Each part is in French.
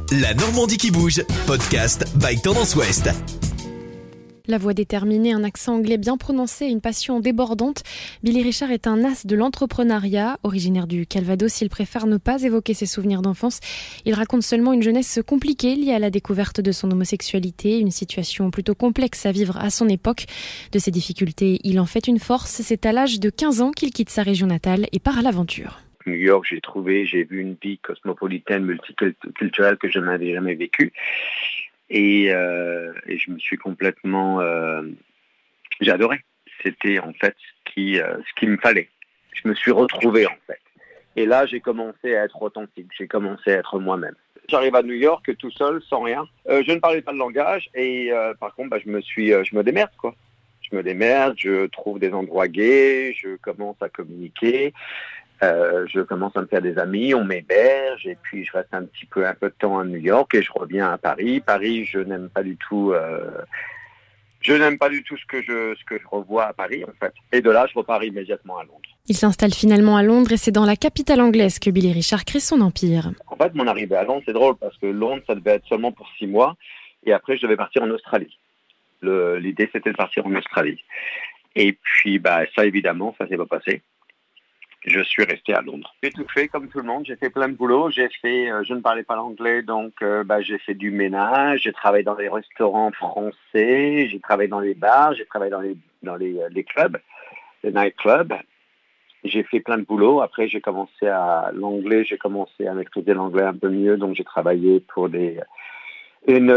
La Normandie qui bouge, podcast by Tendance Ouest. La voix déterminée, un accent anglais bien prononcé et une passion débordante, Billy Richard est un as de l'entrepreneuriat. Originaire du Calvados, il préfère ne pas évoquer ses souvenirs d'enfance. Il raconte seulement une jeunesse compliquée liée à la découverte de son homosexualité, une situation plutôt complexe à vivre à son époque. De ses difficultés, il en fait une force. C'est à l'âge de 15 ans qu'il quitte sa région natale et part à l'aventure. New York, j'ai vu une vie cosmopolitaine, multiculturelle que je n'avais jamais vécue. Et je me suis complètement... j'ai adoré. C'était en fait ce qu'il me fallait. Je me suis retrouvé en fait. Et là, j'ai commencé à être authentique. J'ai commencé à être moi-même. J'arrive à New York tout seul, sans rien. Je ne parlais pas le langage. Et par contre, je me démerde, quoi. Je me démerde, je trouve des endroits gays, je commence à communiquer. Je commence à me faire des amis, on m'héberge et puis je reste un peu de temps à New York et je reviens à Paris. Paris, je n'aime pas du tout ce que je revois à Paris en fait. Et de là, je repars immédiatement à Londres. Il s'installe finalement à Londres et c'est dans la capitale anglaise que Billy Richard crée son empire. En fait, mon arrivée à Londres, c'est drôle parce que Londres, ça devait être seulement pour 6 mois et après, je devais partir en Australie. L'idée, c'était de partir en Australie. Et puis, ça évidemment, ça s'est pas passé. Je suis resté à Londres. J'ai tout fait comme tout le monde. J'ai fait plein de boulot. Je ne parlais pas l'anglais, donc j'ai fait du ménage. J'ai travaillé dans les restaurants français. J'ai travaillé dans les bars. J'ai travaillé dans les clubs, les nightclubs. J'ai fait plein de boulot. Après, j'ai commencé à maîtriser l'anglais un peu mieux. Donc, j'ai travaillé pour une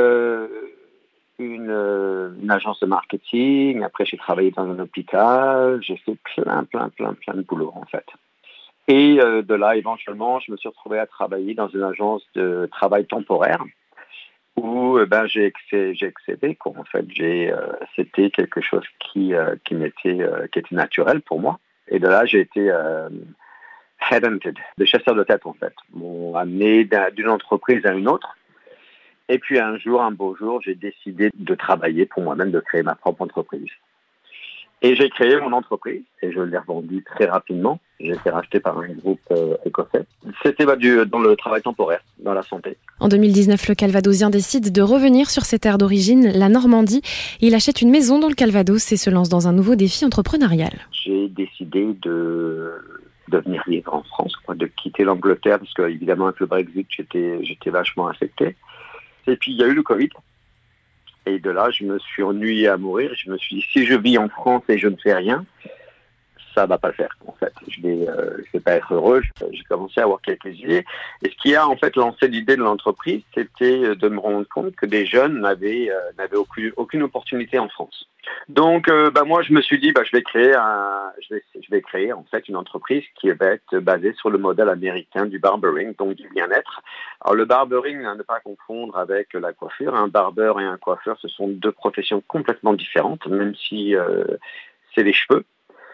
agence de marketing. Après, j'ai travaillé dans un hôpital. J'ai fait plein de boulot, en fait. Et de là, éventuellement, je me suis retrouvé à travailler dans une agence de travail temporaire où j'ai excédé, quoi. En fait, c'était quelque chose qui était naturel pour moi. Et de là, j'ai été headhunted, des chasseurs de tête, en fait. M'ont amené d'une entreprise à une autre. Et puis un beau jour, j'ai décidé de travailler pour moi-même, de créer ma propre entreprise. Et j'ai créé mon entreprise et je l'ai revendue très rapidement. J'ai été racheté par un groupe écossais. C'était dans le travail temporaire, dans la santé. En 2019, le Calvadosien décide de revenir sur ses terres d'origine, la Normandie. Il achète une maison dans le Calvados et se lance dans un nouveau défi entrepreneurial. J'ai décidé de venir vivre en France, de quitter l'Angleterre parce que évidemment avec le Brexit, j'étais vachement affecté. Et puis, il y a eu le Covid. Et de là, je me suis ennuyé à mourir. Je me suis dit, si je vis en France et je ne fais rien, ça va pas le faire, en fait. Je vais pas être heureux. J'ai commencé à avoir quelques idées. Et ce qui a, en fait, lancé l'idée de l'entreprise, c'était de me rendre compte que des jeunes n'avaient aucune opportunité en France. Donc, moi, je me suis dit, je vais créer en fait une entreprise qui va être basée sur le modèle américain du barbering, donc du bien-être. Alors, le barbering, à ne pas confondre avec la coiffure. Un barbeur et un coiffeur, ce sont deux professions complètement différentes, même si c'est les cheveux.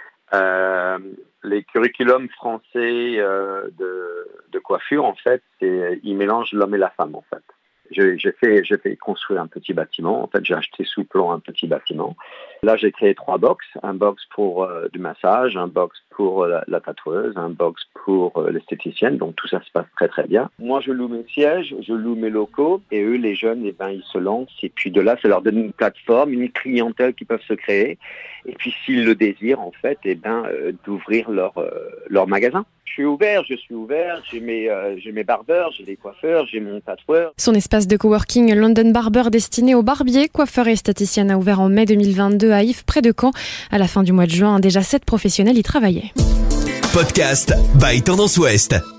Les curriculums français de coiffure, en fait, ils mélangent l'homme et la femme, en fait. J'ai fait construire un petit bâtiment. En fait, j'ai acheté sous plan un petit bâtiment. Là, j'ai créé 3 box. Un box pour du massage, un box pour la tatoueuse, un box pour l'esthéticienne. Donc, tout ça se passe très, très bien. Moi, je loue mes sièges, je loue mes locaux. Et eux, les jeunes, ils se lancent. Et puis, de là, ça leur donne une plateforme, une clientèle qui peuvent se créer. Et puis, s'ils le désirent, en fait, d'ouvrir leur magasin. Je suis ouvert, j'ai mes barbeurs, j'ai les coiffeurs, j'ai mon tatoueur. Son espace de coworking London Barber destiné aux barbiers, coiffeurs et esthéticiennes a ouvert en mai 2022 à Yves, près de Caen. À la fin du mois de juin, déjà 7 professionnels y travaillaient. Podcast by Tendance Ouest.